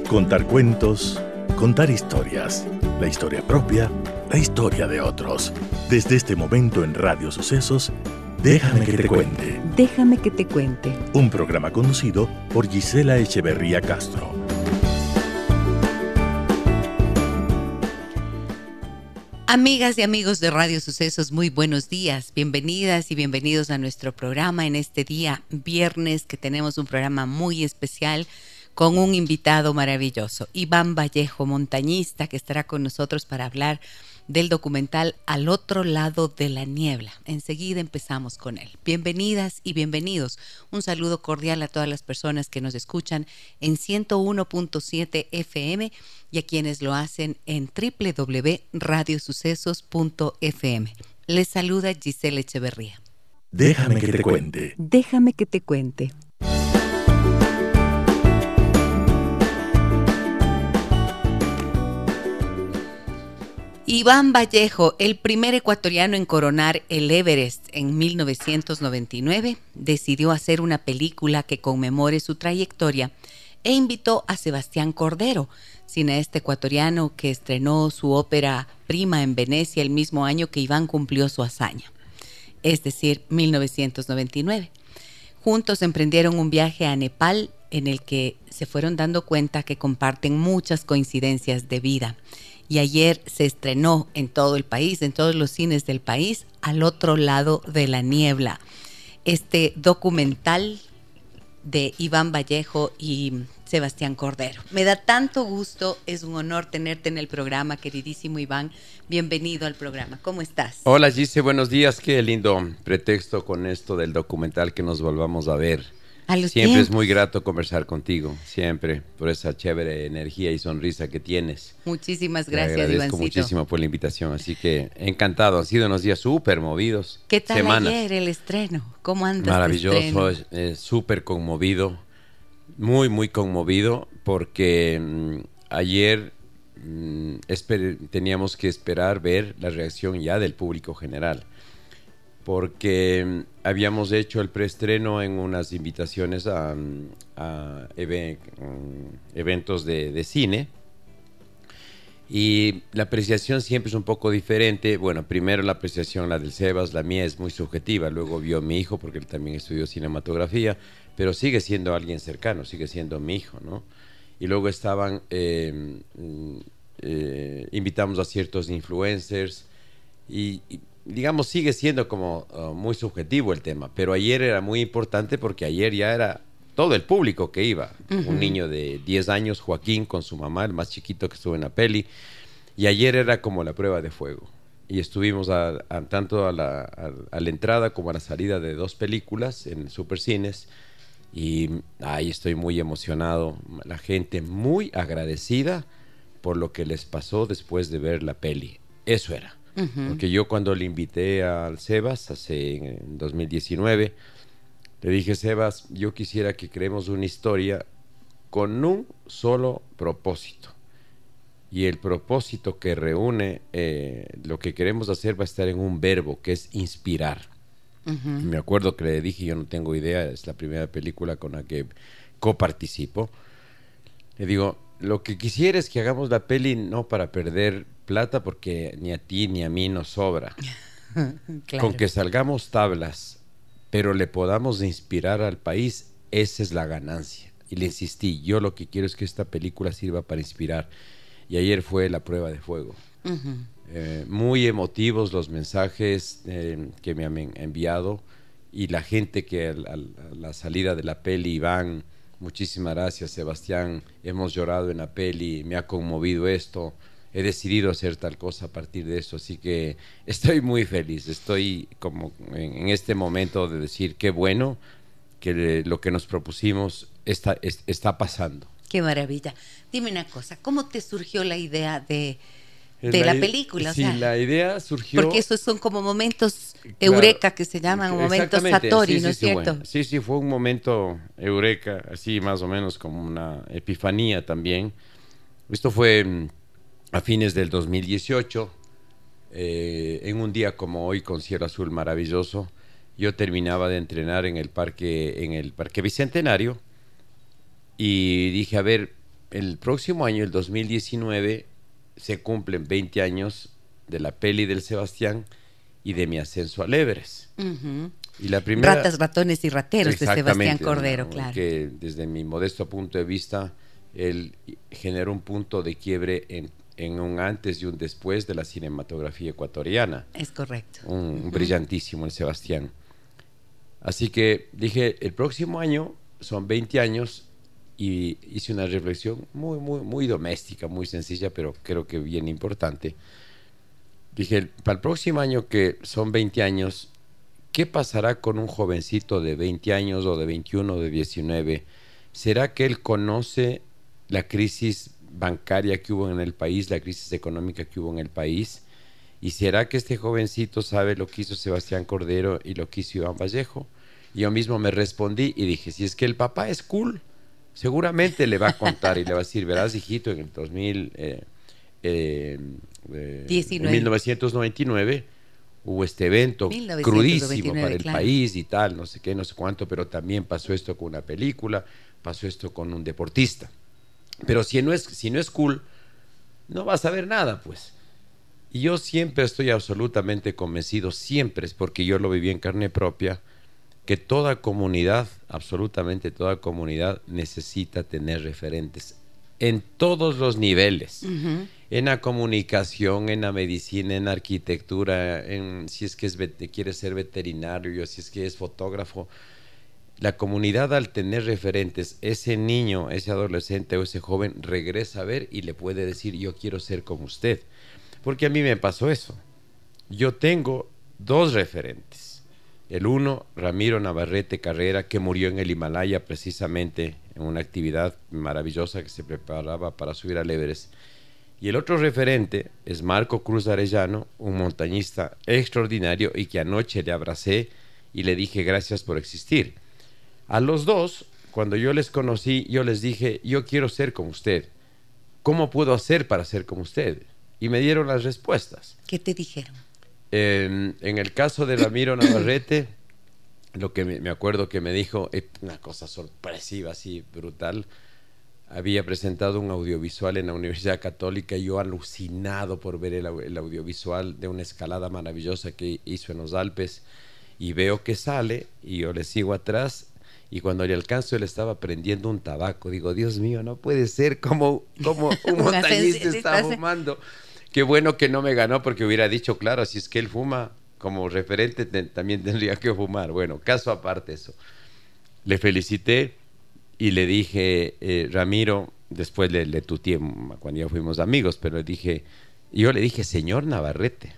Contar cuentos, contar historias, la historia propia, la historia de otros. Desde este momento en Radio Sucesos, Déjame que te cuente. Déjame que te cuente. Un programa conducido por Gisela Echeverría Castro. Amigas y amigos de Radio Sucesos, muy buenos días. Bienvenidas y bienvenidos a nuestro programa en este día viernes, que tenemos un programa muy especial con un invitado maravilloso, Iván Vallejo, montañista, que estará con nosotros para hablar del documental Al otro lado de la niebla. Enseguida empezamos con él. Bienvenidas y bienvenidos. Un saludo cordial a todas las personas que nos escuchan en 101.7 FM y a quienes lo hacen en www.radiosucesos.fm. Les saluda Gisela Echeverría. Déjame que te cuente. Déjame que te cuente. Iván Vallejo, el primer ecuatoriano en coronar el Everest en 1999, decidió hacer una película que conmemore su trayectoria e invitó a Sebastián Cordero, cineasta ecuatoriano que estrenó su ópera prima en Venecia el mismo año que Iván cumplió su hazaña, es decir, 1999. Juntos emprendieron un viaje a Nepal en el que se fueron dando cuenta que comparten muchas coincidencias de vida. Y ayer se estrenó en todo el país, en todos los cines del país, Al otro lado de la niebla. Este documental de Iván Vallejo y Sebastián Cordero. Me da tanto gusto, es un honor tenerte en el programa, queridísimo Iván. Bienvenido al programa. ¿Cómo estás? Hola Gise, buenos días. Qué lindo pretexto con esto del documental, que nos volvamos a ver. Siempre es muy grato conversar contigo, siempre, por esa chévere energía y sonrisa que tienes. Muchísimas gracias, Ivancito. Te agradezco muchísimo por la invitación, así que encantado. Han sido unos días súper movidos. ¿Qué tal semanas. Ayer el estreno? ¿Cómo andas? Maravilloso, súper conmovido, muy conmovido, porque ayer teníamos que esperar ver la reacción ya del público general, porque habíamos hecho el preestreno en unas invitaciones a eventos de cine, y la apreciación siempre es un poco diferente. Bueno, primero la apreciación, la del Sebas, la mía es muy subjetiva, luego vio mi hijo, porque él también estudió cinematografía, pero sigue siendo alguien cercano, sigue siendo mi hijo, ¿no? Y luego estaban, invitamos a ciertos influencers, y digamos, sigue siendo como muy subjetivo el tema, pero ayer era muy importante porque ayer ya era todo el público que iba. Uh-huh. Un niño de 10 años, Joaquín, con su mamá, el más chiquito que estuvo en la peli, y ayer era como la prueba de fuego. Y estuvimos tanto a la entrada como a la salida de 2 películas en Supercines, y ahí estoy muy emocionado. La gente muy agradecida por lo que les pasó después de ver la peli. Eso era. Uh-huh. Porque yo, cuando le invité al Sebas en 2019, le dije: Sebas, yo quisiera que creemos una historia con un solo propósito, y el propósito que reúne lo que queremos hacer va a estar en un verbo, que es inspirar. Uh-huh. Y me acuerdo que le dije: yo no tengo idea, es la primera película con la que coparticipo. Le digo: lo que quisiera es que hagamos la peli no para perder plata, porque ni a ti ni a mí nos sobra. Claro. Con que salgamos tablas, pero le podamos inspirar al país, esa es la ganancia. Y le insistí: yo lo que quiero es que esta película sirva para inspirar. Y ayer fue la prueba de fuego. Uh-huh. Muy emotivos los mensajes que me han enviado, y la gente que a la salida de la peli, Iván, muchísimas gracias, Sebastián, hemos llorado en la peli, me ha conmovido esto, he decidido hacer tal cosa a partir de eso. Así que estoy muy feliz, estoy como en este momento de decir: qué bueno que lo que nos propusimos está pasando. Qué maravilla. Dime una cosa, ¿cómo te surgió la idea de la película? Sí, o sea, la idea surgió... Porque esos son como momentos eureka, que se llaman, momentos Satori, ¿no es cierto? Bueno, sí, fue un momento eureka, así más o menos como una epifanía también. Esto fue a fines del 2018, en un día como hoy, con cielo azul maravilloso. Yo terminaba de entrenar en el parque Bicentenario, y dije: a ver, el próximo año, el 2019, se cumplen 20 años de la peli del Sebastián y de mi ascenso al Everest. Y la primera... Ratas, ratones y rateros de Sebastián Cordero, claro. Que desde mi modesto punto de vista, él generó un punto de quiebre en un antes y un después de la cinematografía ecuatoriana. Es correcto. Un brillantísimo el Sebastián. Así que dije, el próximo año son 20 años y hice una reflexión muy doméstica, muy sencilla, pero creo que bien importante. Dije, para el próximo año que son 20 años, ¿qué pasará con un jovencito de 20 años o de 21 o de 19? ¿Será que él conoce la crisis bancaria que hubo en el país, la crisis económica que hubo en el país? ¿Y será que este jovencito sabe lo que hizo Sebastián Cordero y lo que hizo Iván Vallejo? Y yo mismo me respondí y dije, si es que el papá es cool, seguramente le va a contar y le va a decir, verás, hijito, en el 1999 hubo este evento crudísimo para el país y tal, no sé qué, no sé cuánto, pero también pasó esto con una película, pasó esto con un deportista. Pero si no es cool, no vas a ver nada, pues. Y yo siempre estoy absolutamente convencido, siempre, es porque yo lo viví en carne propia, que toda comunidad, absolutamente toda comunidad, necesita tener referentes en todos los niveles. En la comunicación, en la medicina, en la arquitectura, si es que quiere ser veterinario, si es que es fotógrafo. La comunidad, al tener referentes, ese niño, ese adolescente o ese joven regresa a ver y le puede decir, yo quiero ser como usted. Porque a mí me pasó eso. Yo tengo 2 referentes. El uno, Ramiro Navarrete Carrera, que murió en el Himalaya precisamente en una actividad maravillosa que se preparaba para subir al Everest. Y el otro referente es Marco Cruz Arellano, un montañista extraordinario y que anoche le abracé y le dije gracias por existir. A los 2, cuando yo les conocí, yo les dije, yo quiero ser como usted. ¿Cómo puedo hacer para ser como usted? Y me dieron las respuestas. ¿Qué te dijeron? En el caso de Ramiro Navarrete, lo que me acuerdo que me dijo, una cosa sorpresiva, así brutal. Había presentado un audiovisual en la Universidad Católica y yo alucinado por ver el audiovisual de una escalada maravillosa que hizo en los Alpes, y veo que sale y yo le sigo atrás y cuando le alcanzo él estaba prendiendo un tabaco. Digo, Dios mío, no puede ser como un montañista está fumando. Qué bueno que no me ganó, porque hubiera dicho, claro, si es que él fuma, como referente también tendría que fumar. Bueno, caso aparte eso. Le felicité y le dije, Ramiro, después le tuteé cuando ya fuimos amigos, pero yo le dije, señor Navarrete,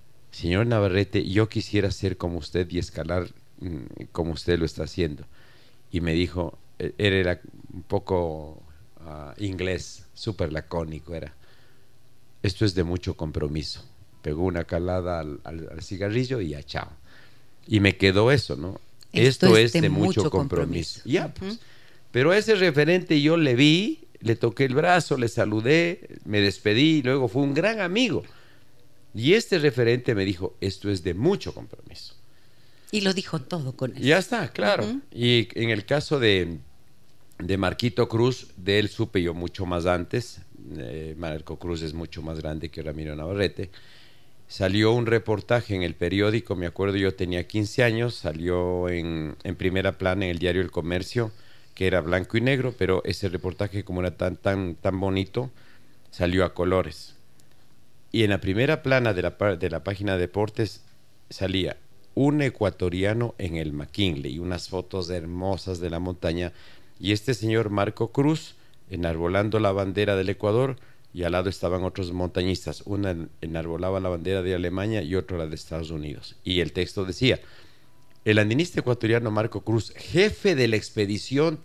yo quisiera ser como usted y escalar como usted lo está haciendo. Y me dijo, era un poco inglés, súper lacónico era. Esto es de mucho compromiso. Pegó una calada al cigarrillo y ya, chao. Y me quedó eso, ¿no? Esto es de mucho compromiso. Ya, pues. Pero ese referente yo le vi, le toqué el brazo, le saludé, me despedí, y luego fue un gran amigo. Y este referente me dijo, esto es de mucho compromiso. Y lo dijo todo con eso. Ya está, claro. Y en el caso de Marquito Cruz, de él supe yo mucho más antes. Marco Cruz es mucho más grande que Ramiro Navarrete. Salió un reportaje en el periódico, me acuerdo, yo tenía 15 años, salió en primera plana en el diario El Comercio, que era blanco y negro, pero ese reportaje, como era tan bonito, salió a colores. Y en la primera plana de la página de deportes salía un ecuatoriano en el McKinley, y unas fotos hermosas de la montaña, y este señor Marco Cruz enarbolando la bandera del Ecuador, y al lado estaban otros montañistas, una enarbolaba la bandera de Alemania y otro la de Estados Unidos, y el texto decía, el andinista ecuatoriano Marco Cruz, jefe de la expedición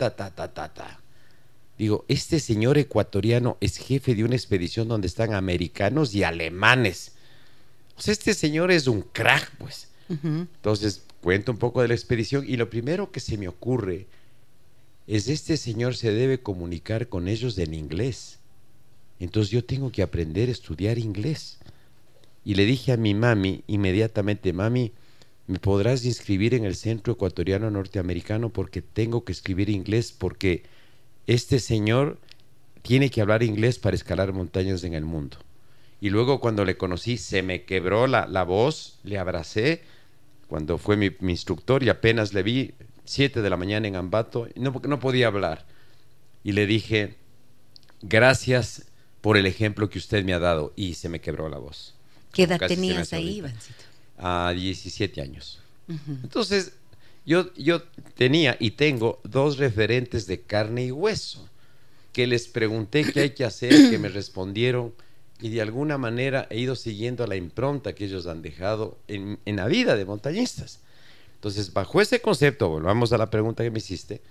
Digo, este señor ecuatoriano es jefe de una expedición donde están americanos y alemanes. O sea, este señor es un crack, pues. Entonces, cuento un poco de la expedición y lo primero que se me ocurre es, este señor se debe comunicar con ellos en inglés. Entonces yo tengo que aprender a estudiar inglés. Y le dije a mi mami inmediatamente, mami, ¿me podrás inscribir en el Centro Ecuatoriano Norteamericano? Porque tengo que escribir inglés, porque este señor tiene que hablar inglés para escalar montañas en el mundo. Y luego cuando le conocí, se me quebró la voz, le abracé, cuando fue mi instructor, y apenas le vi, 7 de la mañana en Ambato, no podía hablar. Y le dije, gracias por el ejemplo que usted me ha dado, y se me quebró la voz. ¿Qué edad tenías ahí, Ivancito? A 17 años. Entonces, yo tenía y tengo 2 referentes de carne y hueso, que les pregunté qué hay que hacer, que me respondieron, y de alguna manera he ido siguiendo la impronta que ellos han dejado en la vida de montañistas. Entonces, bajo ese concepto, volvamos a la pregunta que me hiciste,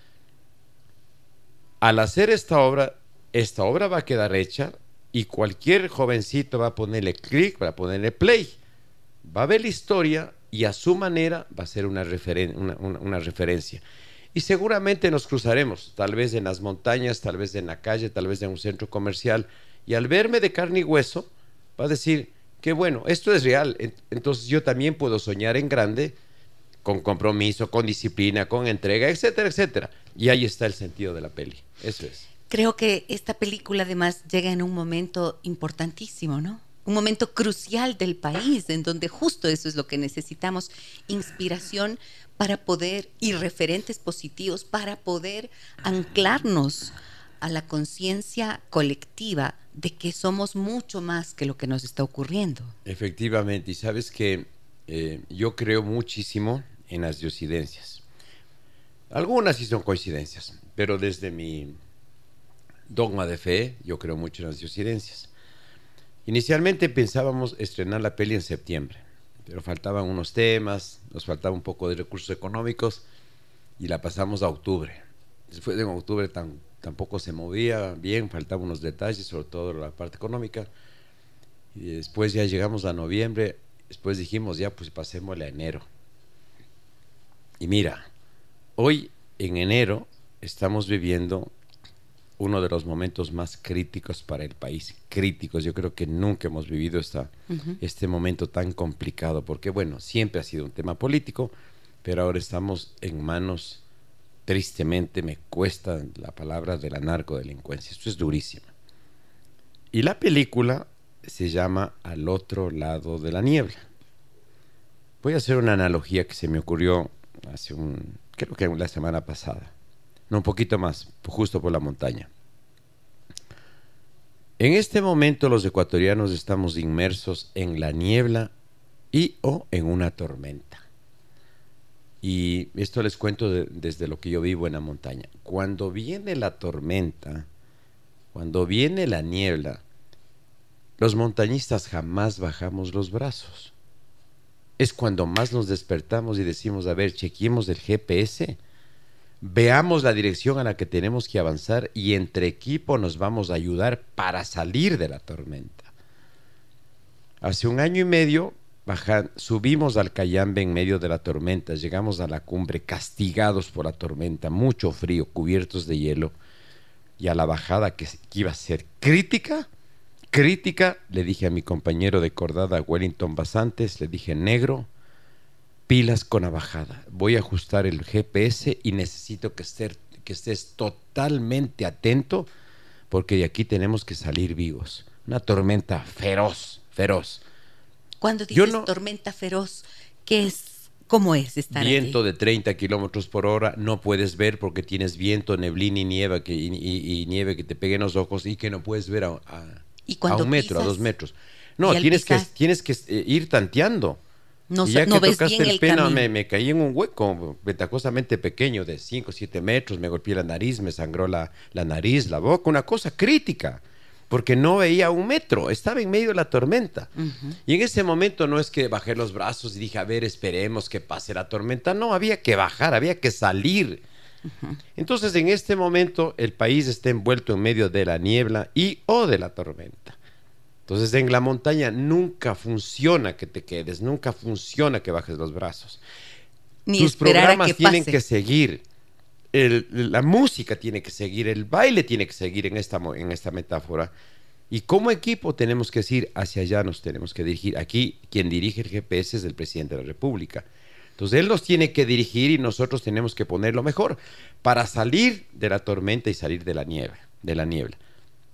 al hacer esta obra va a quedar hecha y cualquier jovencito va a ponerle clic, va a ponerle play, va a ver la historia y a su manera va a ser una referencia. Y seguramente nos cruzaremos, tal vez en las montañas, tal vez en la calle, tal vez en un centro comercial, y al verme de carne y hueso va a decir, qué bueno, esto es real, entonces yo también puedo soñar en grande, con compromiso, con disciplina, con entrega, etcétera, etcétera. Y ahí está el sentido de la peli, eso es. Creo que esta película además llega en un momento importantísimo, ¿no? Un momento crucial del país, en donde justo eso es lo que necesitamos, inspiración para poder, y referentes positivos, para poder anclarnos a la conciencia colectiva de que somos mucho más que lo que nos está ocurriendo. Efectivamente, y sabes que yo creo muchísimo en las diosidencias. Algunas sí son coincidencias, pero desde mi dogma de fe, yo creo mucho en las diosidencias. Inicialmente pensábamos estrenar la peli en septiembre, pero faltaban unos temas, nos faltaba un poco de recursos económicos y la pasamos a octubre. Después en octubre tampoco se movía bien, faltaban unos detalles, sobre todo la parte económica. Y después ya llegamos a noviembre, después dijimos ya pues pasémosle a enero. Y mira, hoy en enero estamos viviendo uno de los momentos más críticos para el país, críticos. Yo creo que nunca hemos vivido este momento tan complicado, porque bueno, siempre ha sido un tema político, pero ahora estamos en manos, tristemente me cuesta la palabra, de la narcodelincuencia. Esto es durísimo. Y la película se llama Al otro lado de la niebla. Voy a hacer una analogía que se me ocurrió creo que la semana pasada, no, un poquito más, justo por la montaña. En este momento los ecuatorianos estamos inmersos en la niebla o en una tormenta. Y esto les cuento desde lo que yo vivo en la montaña. Cuando viene la tormenta, cuando viene la niebla, los montañistas jamás bajamos los brazos. Es cuando más nos despertamos y decimos, a ver, chequeemos el GPS, veamos la dirección a la que tenemos que avanzar y entre equipo nos vamos a ayudar para salir de la tormenta. Hace 1 año y medio subimos al Cayambe en medio de la tormenta, llegamos a la cumbre castigados por la tormenta, mucho frío, cubiertos de hielo, y a la bajada que iba a ser crítica, le dije a mi compañero de cordada, Wellington Basantes, le dije, negro, pilas con la bajada, voy a ajustar el GPS y necesito que estés totalmente atento, porque de aquí tenemos que salir vivos. Una tormenta feroz. Cuando dices tormenta feroz, ¿cómo es estar viento allí? De 30 kilómetros por hora, no puedes ver porque tienes viento, neblina y nieve y nieve que te pegue en los ojos y que no puedes ver a 1 metro, a 2 metros. No, tienes que ir tanteando. No, y ya no que ves tocaste bien el pena, camino. me caí en un hueco ventajosamente pequeño de 5 o 7 metros, me golpeé la nariz, me sangró la nariz, la boca, una cosa crítica, porque no veía a 1 metro, estaba en medio de la tormenta. Y en ese momento no es que bajé los brazos y dije, a ver, esperemos que pase la tormenta. No, había que bajar, había que salir. Entonces, en este momento, el país está envuelto en medio de la niebla o de la tormenta. Entonces, en la montaña nunca funciona que te quedes, nunca funciona que bajes los brazos. Ni tus programas tienen pase. Que seguir, la música tiene que seguir, el baile tiene que seguir en esta metáfora. Y como equipo tenemos que decir, hacia allá nos tenemos que dirigir. Aquí quien dirige el GPS es el presidente de la República. Entonces él nos tiene que dirigir y nosotros tenemos que poner lo mejor para salir de la tormenta y salir de la niebla.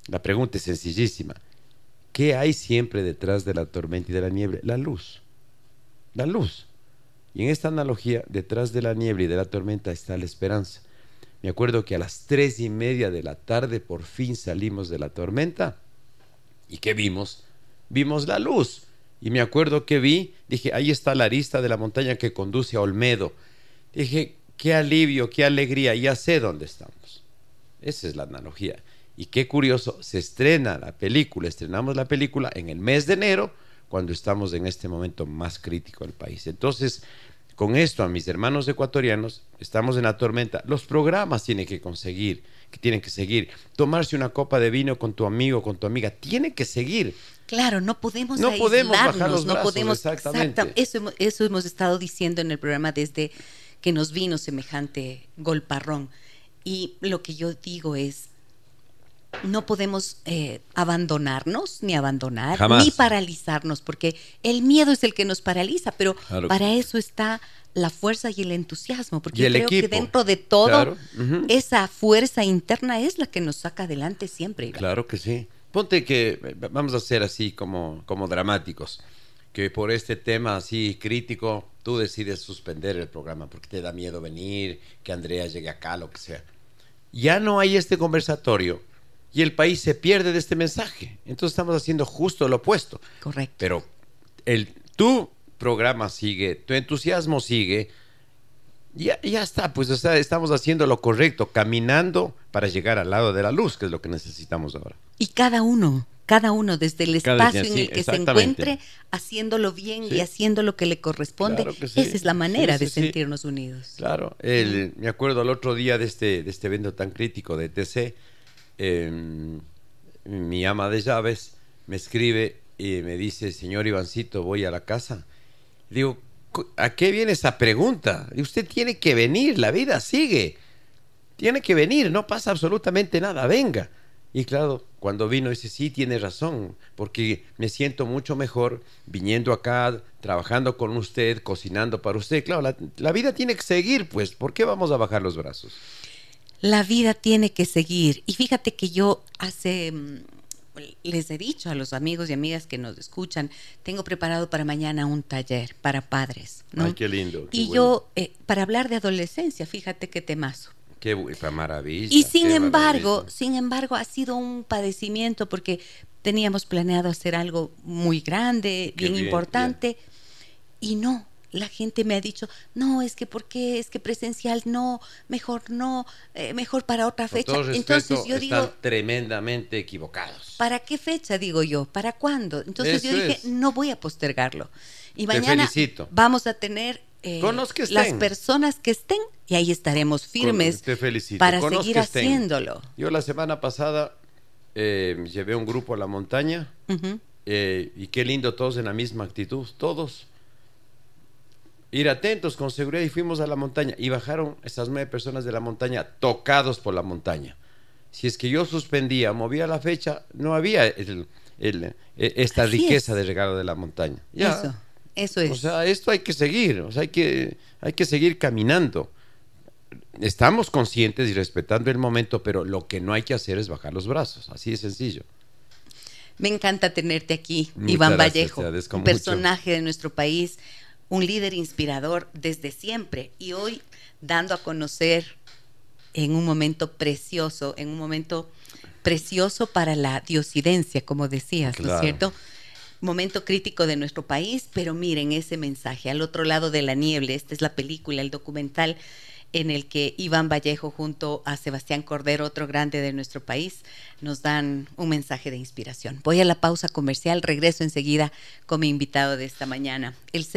La pregunta es sencillísima. ¿Qué hay siempre detrás de la tormenta y de la niebla? La luz. La luz. Y en esta analogía, detrás de la niebla y de la tormenta está la esperanza. Me acuerdo que a las 3:30 de la tarde por fin salimos de la tormenta. ¿Y qué vimos? Vimos la luz. Y me acuerdo que dije, ahí está la arista de la montaña que conduce a Olmedo. Dije, qué alivio, qué alegría, ya sé dónde estamos. Esa es la analogía. Y qué curioso, estrenamos la película en el mes de enero, cuando estamos en este momento más crítico del país. Entonces, con esto, a mis hermanos ecuatorianos, estamos en la tormenta. Los programas tienen que seguir. Tomarse una copa de vino con tu amigo, con tu amiga, tiene que seguir. Claro, no podemos bajar los brazos, no podemos, exactamente. Eso hemos estado diciendo en el programa desde que nos vino semejante golparrón. Y lo que yo digo es, no podemos abandonarnos, ni abandonar, Jamás. ni paralizarnos, porque el miedo es el que nos paraliza, pero Claro. para eso está la fuerza y el entusiasmo, porque Y el creo equipo. que dentro de todo, Claro. Uh-huh. esa fuerza interna es la que nos saca adelante siempre. Claro que sí. Ponte que vamos a ser así como dramáticos, que por este tema así crítico tú decides suspender el programa porque te da miedo venir, que Andrea llegue acá, lo que sea. Ya no hay este conversatorio y el país se pierde de este mensaje. Entonces estamos haciendo justo lo opuesto. Correcto. Pero tu programa sigue, tu entusiasmo sigue. Ya está, pues o sea, estamos haciendo lo correcto, caminando para llegar al lado de la luz, que es lo que necesitamos ahora. Y cada uno desde el espacio en el que se encuentre, haciéndolo bien y haciendo lo que le corresponde, claro que sí. Esa es la manera de sí. sentirnos unidos. Claro, me acuerdo el otro día de este evento tan crítico de TC, mi ama de llaves me escribe y me dice, señor Ivancito, voy a la casa. Digo, ¿a qué viene esa pregunta? Y usted tiene que venir, la vida sigue. Tiene que venir, no pasa absolutamente nada, venga. Y claro, cuando vino dice, sí, tiene razón, porque me siento mucho mejor viniendo acá, trabajando con usted, cocinando para usted. Claro, la vida tiene que seguir, pues, ¿por qué vamos a bajar los brazos? La vida tiene que seguir. Y fíjate que yo les he dicho a los amigos y amigas que nos escuchan, tengo preparado para mañana un taller para padres, ¿no? Ay, qué lindo. Qué y bueno. yo, para hablar de adolescencia, fíjate qué temazo. Qué maravilla. Y sin embargo, ha sido un padecimiento porque teníamos planeado hacer algo muy grande, bien importante, y no. La gente me ha dicho, no, es que ¿por qué? Es que presencial no, mejor para otra fecha. Con todo respeto, entonces yo están digo, tremendamente equivocados. ¿para qué fecha? Digo yo, ¿para cuándo? Entonces Eso yo dije, es. no voy a postergarlo. Y Te mañana felicito. vamos a tener Con los que estén. las personas que estén y ahí estaremos firmes Te felicito. para Con los seguir que estén. haciéndolo. Yo la semana pasada llevé un grupo a la montaña Ujú. y qué lindo, todos en la misma actitud, todos. Ir atentos, con seguridad, y fuimos a la montaña y bajaron esas 9 personas de la montaña tocados por la montaña. Si es que yo suspendía, movía la fecha, no había esta Así riqueza es. de regalo de la montaña. Ya. Eso es. O sea, esto hay que seguir, o sea, hay que seguir caminando. Estamos conscientes y respetando el momento, pero lo que no hay que hacer es bajar los brazos, así de sencillo. Me encanta tenerte aquí, Muchas Iván gracias, Vallejo, te agradezco un mucho. personaje de nuestro país, un líder inspirador desde siempre y hoy dando a conocer en un momento precioso para la diosidencia, como decías, ¿no es Claro. cierto? Momento crítico de nuestro país, pero miren ese mensaje, al otro lado de la niebla. Esta es la película, el documental en el que Iván Vallejo junto a Sebastián Cordero, otro grande de nuestro país, nos dan un mensaje de inspiración. Voy a la pausa comercial, regreso enseguida con mi invitado de esta mañana. El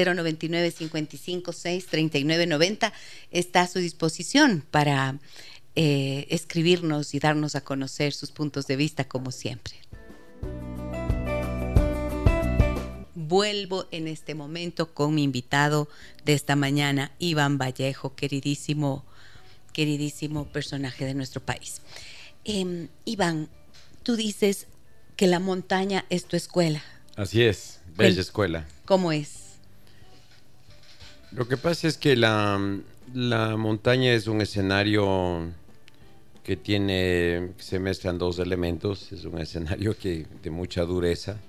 099-556-3990 está a su disposición para escribirnos y darnos a conocer sus puntos de vista como siempre. Vuelvo en este momento con mi invitado de esta mañana, Iván Vallejo, queridísimo personaje de nuestro país. Iván, tú dices que la montaña es tu escuela. Así es, bella escuela. ¿Cómo es? Lo que pasa es que la montaña es un escenario que se mezclan dos elementos. Es un escenario de mucha dureza.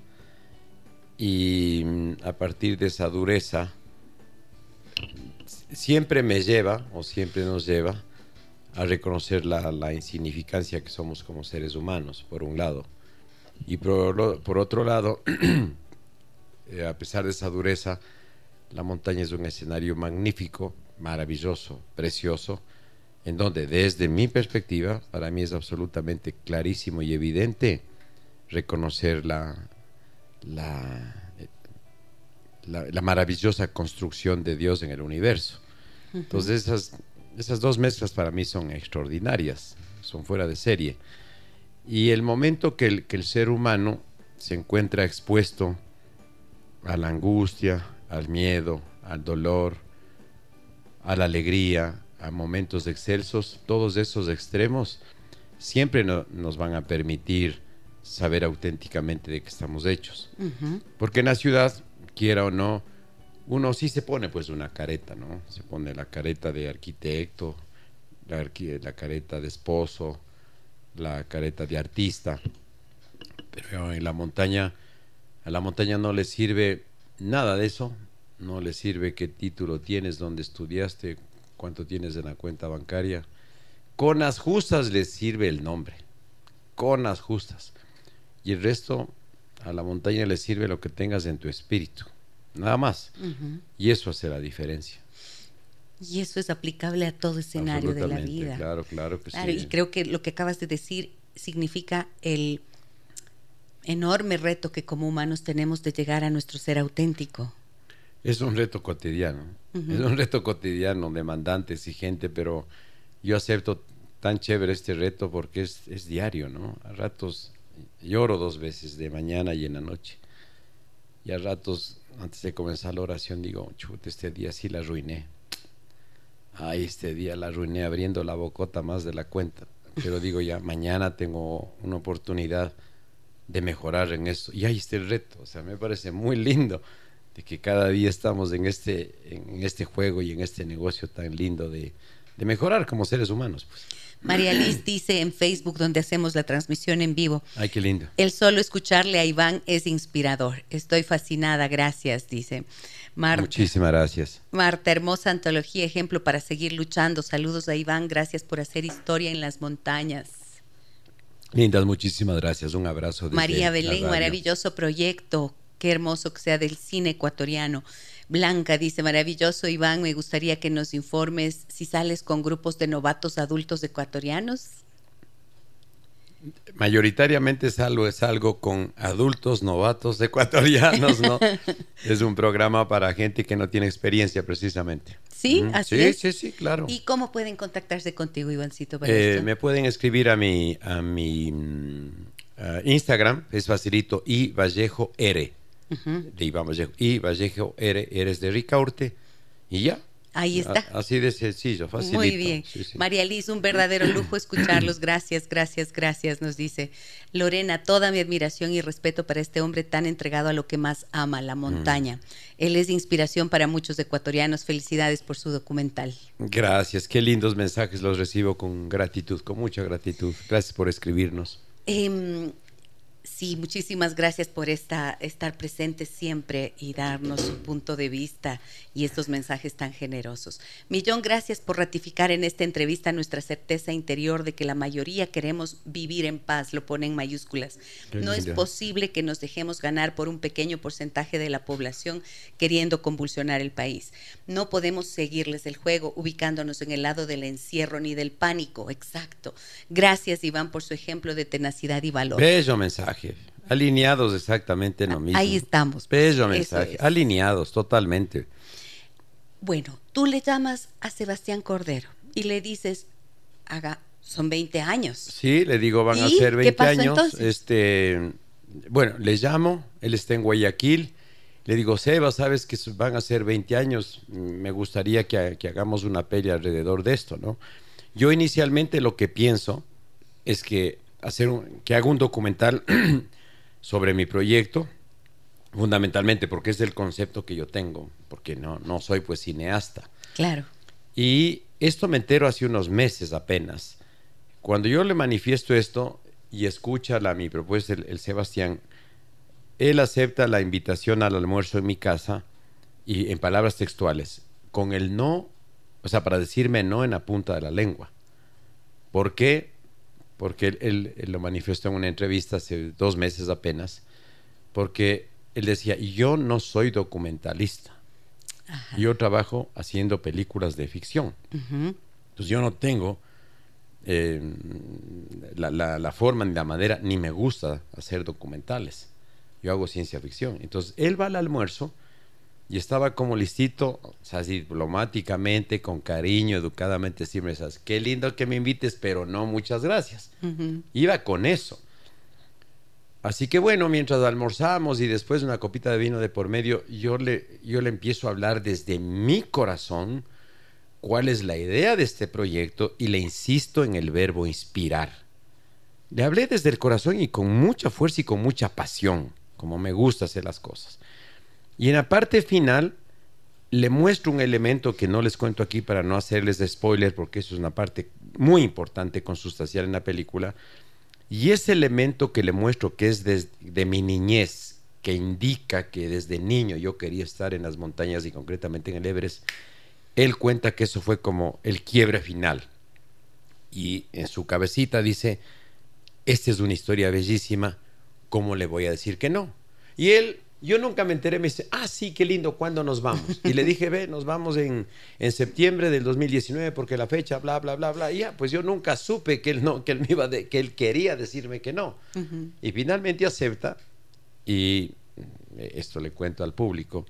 Y a partir de esa dureza, siempre me lleva, o siempre nos lleva, a reconocer la insignificancia que somos como seres humanos, por un lado. Y por otro lado, a pesar de esa dureza, la montaña es un escenario magnífico, maravilloso, precioso, en donde desde mi perspectiva, para mí es absolutamente clarísimo y evidente reconocer la maravillosa construcción de Dios en el universo. Entonces esas dos mezclas para mí son extraordinarias, son fuera de serie. Y el momento que el ser humano se encuentra expuesto a la angustia, al miedo, al dolor, a la alegría, a momentos excelsos, todos esos extremos siempre nos van a permitir saber auténticamente de qué estamos hechos. Porque en la ciudad, quiera o no, uno sí se pone pues una careta, ¿no? Se pone la careta de arquitecto, la careta de esposo, la careta de artista. Pero en la montaña, a la montaña no le sirve nada de eso. No le sirve qué título tienes, dónde estudiaste, cuánto tienes en la cuenta bancaria. Con las justas les sirve el nombre, con las justas. Y el resto, a la montaña le sirve lo que tengas en tu espíritu, nada más. Y eso hace la diferencia. Y eso es aplicable a todo escenario de la vida. Claro que claro, sí. Y creo que lo que acabas de decir significa el enorme reto que como humanos tenemos de llegar a nuestro ser auténtico. Es un reto cotidiano, es un reto cotidiano, demandante, exigente, pero yo acepto tan chévere este reto porque es diario, ¿no? A ratos lloro 2 veces, de mañana y en la noche. Y a ratos, antes de comenzar la oración, digo, chuta, este día sí la arruiné. Ay, este día la arruiné abriendo la bocota más de la cuenta. Pero digo, ya, mañana tengo una oportunidad de mejorar en esto. Y ahí está el reto. O sea, me parece muy lindo de que cada día estamos en este juego y en este negocio tan lindo de mejorar como seres humanos, pues. María Liz dice en Facebook, donde hacemos la transmisión en vivo: ay, qué lindo. El solo escucharle a Iván es inspirador. Estoy fascinada, gracias, dice Marta. Muchísimas gracias. Marta, hermosa antología, ejemplo para seguir luchando. Saludos a Iván, gracias por hacer historia en las montañas. Lindas, muchísimas gracias. Un abrazo desde María Belén, la radio. maravilloso proyecto. Qué hermoso que sea del cine ecuatoriano. Blanca dice, maravilloso Iván, me gustaría que nos informes si sales con grupos de novatos adultos ecuatorianos. Mayoritariamente salgo con adultos novatos ecuatorianos, ¿no? Es un programa para gente que no tiene experiencia, precisamente. ¿Sí? ¿Así es? Sí, claro. ¿Y cómo pueden contactarse contigo, Ivancito, para esto? Me pueden escribir a mi Instagram, es facilito, I Vallejo R. De Iván Vallejo, y Vallejo eres de Ricaurte, y ya. Ahí está. Así de sencillo, facilito. Muy bien. Sí. María Liz, un verdadero lujo escucharlos. Gracias, nos dice. Lorena, toda mi admiración y respeto para este hombre tan entregado a lo que más ama, la montaña. Él es inspiración para muchos ecuatorianos. Felicidades por su documental. Gracias, qué lindos mensajes, los recibo con gratitud, con mucha gratitud. Gracias por escribirnos. Sí, muchísimas gracias por estar presentes siempre y darnos su punto de vista y estos mensajes tan generosos. Millón gracias por ratificar en esta entrevista nuestra certeza interior de que la mayoría queremos vivir en paz, lo pone en mayúsculas. No es posible que nos dejemos ganar por un pequeño porcentaje de la población queriendo convulsionar el país. No podemos seguirles el juego ubicándonos en el lado del encierro ni del pánico. Exacto. Gracias, Iván, por su ejemplo de tenacidad y valor. Bello mensaje. Alineados exactamente en lo mismo. Ahí estamos. Bello mensaje. Alineados totalmente. Bueno, tú le llamas a Sebastián Cordero y le dices, son 20 años. Sí, le digo, van a ser 20 ¿Qué pasó años. Entonces? Bueno, le llamo, él está en Guayaquil. Le digo, Seba, sabes que van a ser 20 años. Me gustaría que hagamos una peli alrededor de esto, ¿no? Yo inicialmente lo que pienso es que haga un documental sobre mi proyecto, fundamentalmente porque es el concepto que yo tengo, porque no soy pues cineasta. Claro. Y esto me entero hace unos meses apenas, Cuando yo le manifiesto esto y escucha mi propuesta, el Sebastián, él acepta la invitación al almuerzo en mi casa y en palabras textuales, con el no, o sea, para decirme no en la punta de la lengua. ¿Por qué? Porque él lo manifestó en una entrevista hace 2 meses apenas, porque él decía, yo no soy documentalista, Ajá. yo trabajo haciendo películas de ficción. Entonces yo no tengo la forma ni la manera, ni me gusta hacer documentales. Yo hago ciencia ficción. Entonces él va al almuerzo y estaba como listito, o sea, así diplomáticamente, con cariño, educadamente, decirme, ¿sabes? Qué lindo que me invites, pero no, muchas gracias. Iba con eso. Así que bueno, mientras almorzamos y después una copita de vino de por medio, yo le empiezo a hablar desde mi corazón cuál es la idea de este proyecto y le insisto en el verbo inspirar. Le hablé desde el corazón y con mucha fuerza y con mucha pasión, como me gusta hacer las cosas. Y en la parte final le muestro un elemento que no les cuento aquí para no hacerles de spoiler, porque eso es una parte muy importante, consustancial en la película. Y ese elemento que le muestro, que es de mi niñez, que indica que desde niño yo quería estar en las montañas y concretamente en el Everest, él cuenta que eso fue como el quiebre final. Y en su cabecita dice, esta es una historia bellísima, ¿cómo le voy a decir que no? Y él, yo nunca me enteré, me dice, sí, qué lindo, ¿cuándo nos vamos? Y le dije, ve, nos vamos en septiembre del 2019 porque la fecha, bla, bla, bla, bla. Y ya, pues yo nunca supe que que él quería decirme que no. Y finalmente acepta, y esto le cuento al público,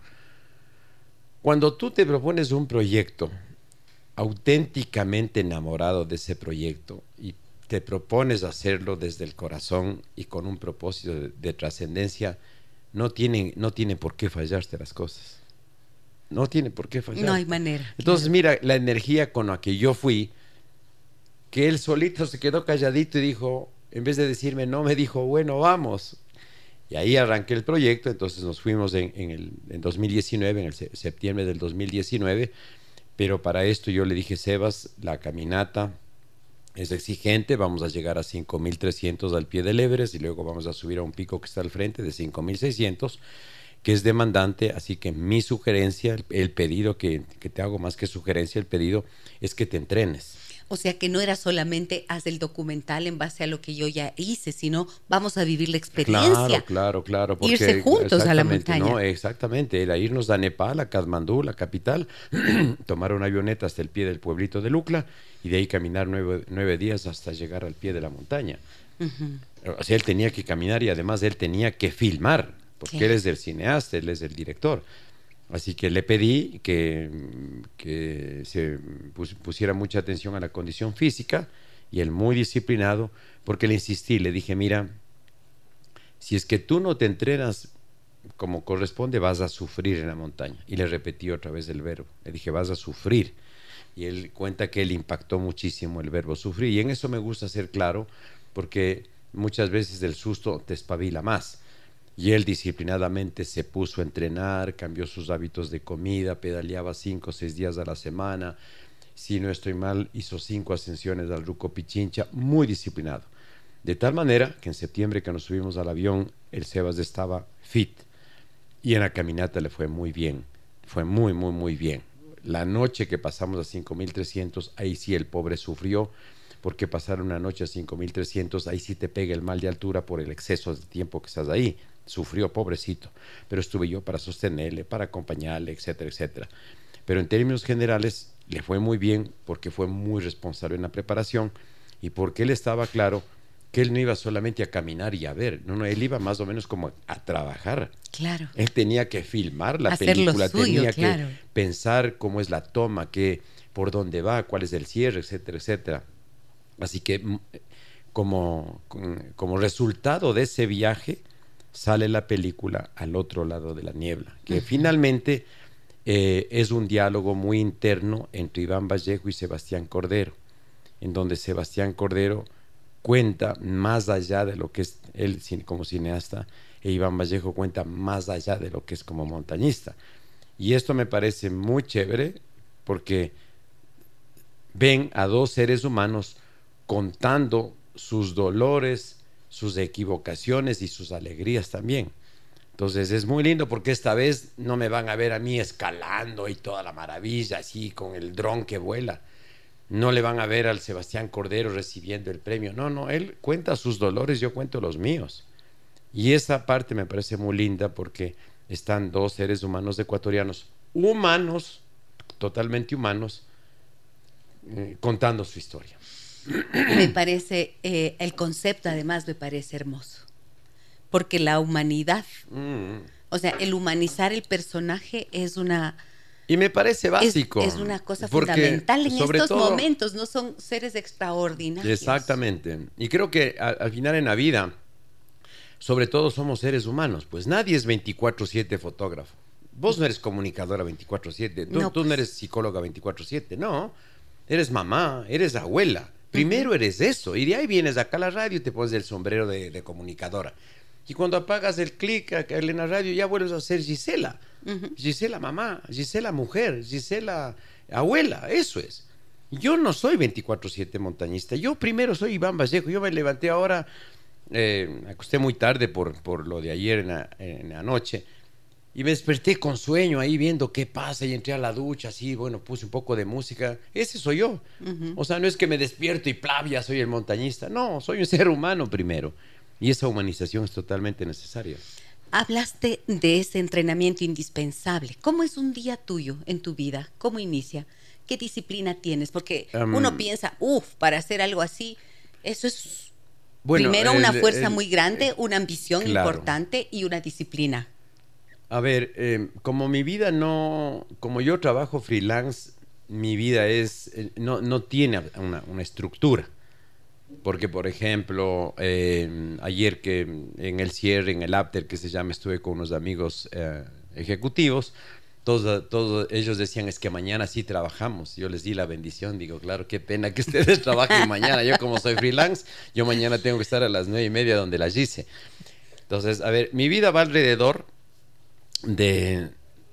cuando tú te propones un proyecto auténticamente enamorado de ese proyecto y te propones hacerlo desde el corazón y con un propósito de trascendencia, no tiene por qué fallarte las cosas. No tiene por qué fallar. No hay manera. Entonces, claro. mira, la energía con la que yo fui, que él solito se quedó calladito y dijo, en vez de decirme no, me dijo, bueno, vamos. Y ahí arranqué el proyecto, entonces nos fuimos en 2019, en el septiembre del 2019, pero para esto yo le dije, Sebas, la caminata es exigente, vamos a llegar a 5.300 al pie del Everest y luego vamos a subir a un pico que está al frente de 5.600, que es demandante, así que mi sugerencia, el pedido que te hago más que sugerencia, el pedido es que te entrenes. O sea que no era solamente haz el documental en base a lo que yo ya hice, sino vamos a vivir la experiencia. Claro. Porque, irse juntos a la montaña. No, exactamente. Era irnos a Nepal, a Katmandú, la capital, tomar una avioneta hasta el pie del pueblito de Lukla y de ahí caminar 9 días hasta llegar al pie de la montaña. O sea, él tenía que caminar y además él tenía que filmar, porque él es el cineasta, él es el director. Así que le pedí que se pusiera mucha atención a la condición física y él muy disciplinado, porque le insistí, le dije, mira, si es que tú no te entrenas como corresponde, vas a sufrir en la montaña. Y le repetí otra vez el verbo, le dije, vas a sufrir. Y él cuenta que le impactó muchísimo el verbo sufrir, y en eso me gusta ser claro, porque muchas veces el susto te espabila más. Y él disciplinadamente se puso a entrenar, cambió sus hábitos de comida, pedaleaba 5 o 6 días a la semana. Si no estoy mal, hizo 5 ascensiones al Ruco Pichincha, muy disciplinado. De tal manera que en septiembre, que nos subimos al avión, el Sebas estaba fit. Y en la caminata le fue muy bien. Fue muy, muy, muy bien. La noche que pasamos a 5.300, ahí sí el pobre sufrió, porque pasar una noche a 5.300, ahí sí te pega el mal de altura por el exceso de tiempo que estás ahí. Sufrió, pobrecito, pero estuve yo para sostenerle, para acompañarle, etcétera, etcétera. Pero en términos generales le fue muy bien porque fue muy responsable en la preparación y porque él estaba claro que él no iba solamente a caminar y a ver, no, él iba más o menos como a trabajar. Claro. Él tenía que filmar la hacer película, lo suyo, tenía claro. que pensar cómo es la toma, por dónde va, cuál es el cierre, etcétera, etcétera. Así que como resultado de ese viaje sale la película Al otro lado de la niebla, que finalmente es un diálogo muy interno entre Iván Vallejo y Sebastián Cordero, en donde Sebastián Cordero cuenta más allá de lo que es él como cineasta, e Iván Vallejo cuenta más allá de lo que es como montañista. Y esto me parece muy chévere porque ven a dos seres humanos contando sus dolores, sus equivocaciones y sus alegrías también. Entonces es muy lindo porque esta vez no me van a ver a mí escalando y toda la maravilla, así con el dron que vuela. No le van a ver al Sebastián Cordero recibiendo el premio. No, no, él cuenta sus dolores, yo cuento los míos. Y esa parte me parece muy linda porque están dos seres humanos ecuatorianos, humanos, totalmente humanos, contando su historia. Me parece, el concepto además me parece hermoso, porque la humanidad, o sea, el humanizar el personaje es una... Y me parece básico. Es una cosa porque, fundamental en estos todo, momentos, no son seres extraordinarios. Exactamente. Y creo que al final en la vida, sobre todo somos seres humanos, pues nadie es 24/7 fotógrafo. Vos no eres comunicadora 24/7, tú no eres psicóloga 24/7, no. Eres mamá, eres abuela. Primero eres eso, y de ahí vienes acá a la radio y te pones el sombrero de comunicadora. Y cuando apagas el clic en la radio ya vuelves a ser Gisela. Gisela mamá, Gisela mujer, Gisela abuela, eso es. Yo no soy 24/7 montañista, yo primero soy Iván Vallejo. Yo me levanté ahora, me acosté muy tarde por lo de ayer en la noche, y me desperté con sueño ahí viendo qué pasa, y entré a la ducha así, bueno, puse un poco de música. Ese soy yo. O sea, no es que me despierto y ya soy el montañista. No, soy un ser humano primero. Y esa humanización es totalmente necesaria. Hablaste de ese entrenamiento indispensable. ¿Cómo es un día tuyo en tu vida? ¿Cómo inicia? ¿Qué disciplina tienes? Porque uno piensa, para hacer algo así, eso es primero una fuerza muy grande, una ambición importante y una disciplina. A ver, como mi vida no, como yo trabajo freelance, mi vida no tiene una estructura. Porque, por ejemplo, ayer que en el cierre, en el after que se llama, estuve con unos amigos ejecutivos, todos ellos decían, es que mañana sí trabajamos. Yo les di la bendición, digo, claro, qué pena que ustedes trabajen mañana. Yo como soy freelance, yo mañana tengo que estar a las 9:30 donde las hice. Entonces, a ver, mi vida va alrededor de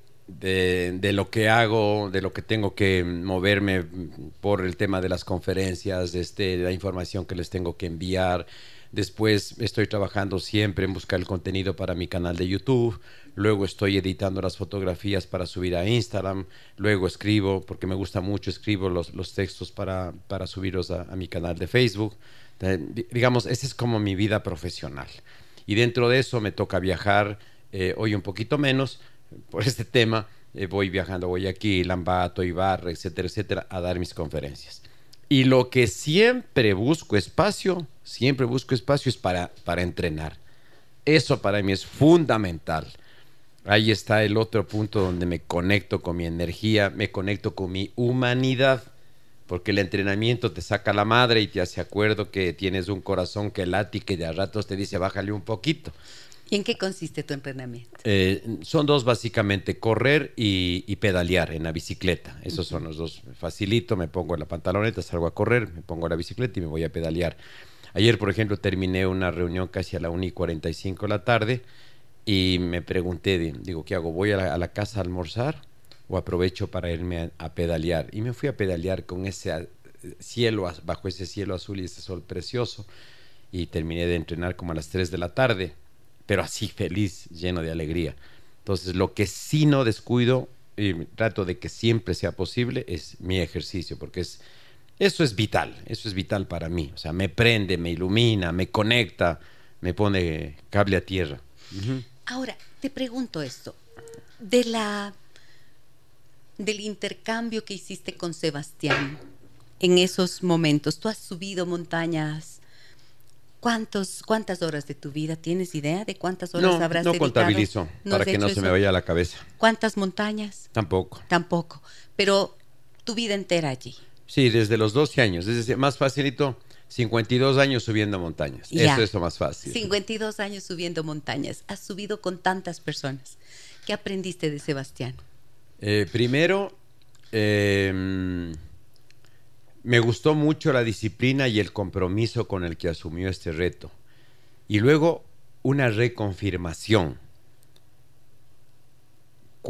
lo que hago, de lo que tengo que moverme por el tema de las conferencias, de la información que les tengo que enviar. Después estoy trabajando siempre en buscar el contenido para mi canal de YouTube. Luego estoy editando las fotografías para subir a Instagram. Luego escribo, porque me gusta mucho, escribo los textos para subirlos a mi canal de Facebook. Digamos, esa es como mi vida profesional. Y dentro de eso me toca viajar, hoy un poquito menos, por este tema. Voy viajando a Guayaquil, Ambato, Ibarra, etcétera, etcétera, a dar mis conferencias. Y lo que siempre busco espacio es para entrenar. Eso para mí es fundamental. Ahí está el otro punto donde me conecto con mi energía, me conecto con mi humanidad, porque el entrenamiento te saca la madre y te hace acuerdo que tienes un corazón que late y que de a ratos te dice bájale un poquito. ¿Y en qué consiste tu entrenamiento? Son dos básicamente, correr y pedalear en la bicicleta. Esos son los dos. Facilito, me pongo en la pantaloneta, salgo a correr, me pongo en la bicicleta y me voy a pedalear. Ayer, por ejemplo, terminé una reunión casi a la 1:45 de la tarde y me pregunté, digo, ¿qué hago? ¿Voy a la casa a almorzar o aprovecho para irme a pedalear? Y me fui a pedalear con ese cielo, bajo ese cielo azul y ese sol precioso, y terminé de entrenar como a las 3 de la tarde. Pero así feliz, lleno de alegría. Entonces, lo que sí no descuido y trato de que siempre sea posible es mi ejercicio, porque eso es vital para mí. O sea, me prende, me ilumina, me conecta, me pone cable a tierra. Ahora, te pregunto esto, del intercambio que hiciste con Sebastián en esos momentos, tú has subido montañas. ¿Cuántas horas de tu vida? ¿Tienes idea de cuántas horas habrás dedicado? No contabilizo, para que no se me vaya a la cabeza. ¿Cuántas montañas? Tampoco. Pero tu vida entera allí. Sí, desde los 12 años. Es más facilito, 52 años subiendo montañas. Eso es lo más fácil. 52 años subiendo montañas. Has subido con tantas personas. ¿Qué aprendiste de Sebastián? Primero, me gustó mucho la disciplina y el compromiso con el que asumió este reto. Y luego, una reconfirmación.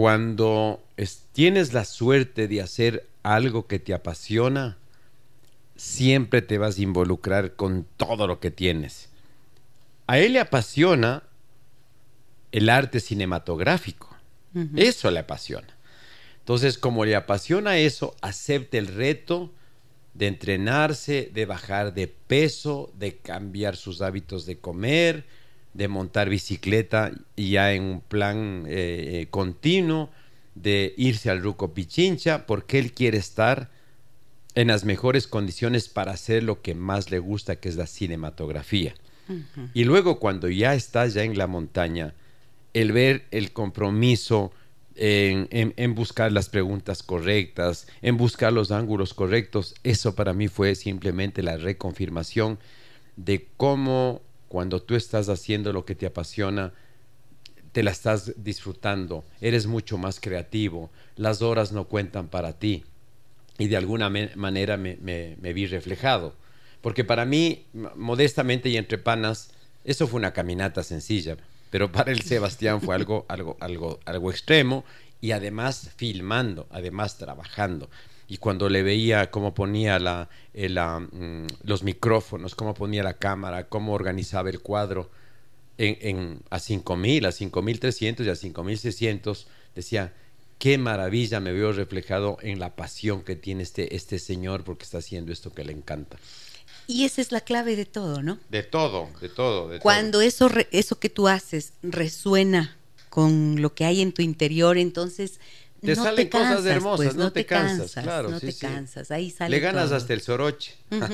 Cuando tienes la suerte de hacer algo que te apasiona, siempre te vas a involucrar con todo lo que tienes. A él le apasiona el arte cinematográfico. Eso le apasiona. Entonces, como le apasiona eso, acepta el reto de entrenarse, de bajar de peso, de cambiar sus hábitos de comer, de montar bicicleta ya en un plan continuo, de irse al Ruco Pichincha, porque él quiere estar en las mejores condiciones para hacer lo que más le gusta, que es la cinematografía. Y luego, cuando ya estás ya en la montaña, el ver el compromiso en buscar las preguntas correctas, en buscar los ángulos correctos, eso para mí fue simplemente la reconfirmación de cómo cuando tú estás haciendo lo que te apasiona, te la estás disfrutando, eres mucho más creativo, las horas no cuentan para ti. Y de alguna manera me vi reflejado. Porque para mí, modestamente y entre panas, eso fue una caminata sencilla. Pero para el Sebastián fue algo extremo, y además filmando, además trabajando. Y cuando le veía cómo ponía los micrófonos, cómo ponía la cámara, cómo organizaba el cuadro a 5.000, a 5.300 y a 5.600, decía, qué maravilla, me veo reflejado en la pasión que tiene este señor, porque está haciendo esto que le encanta. Y esa es la clave de todo, ¿no? De todo. Cuando eso que tú haces resuena con lo que hay en tu interior, entonces te no salen te cansas, cosas hermosas, pues, no te cansas, claro. No sí, te sí. cansas, ahí sale Le ganas todo. hasta el soroche.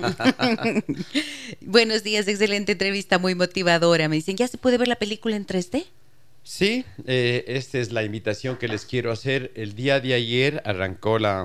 Buenos días, excelente entrevista, muy motivadora. Me dicen, ¿ya se puede ver la película en 3D? Sí, esta es la invitación que les quiero hacer. El día de ayer arrancó la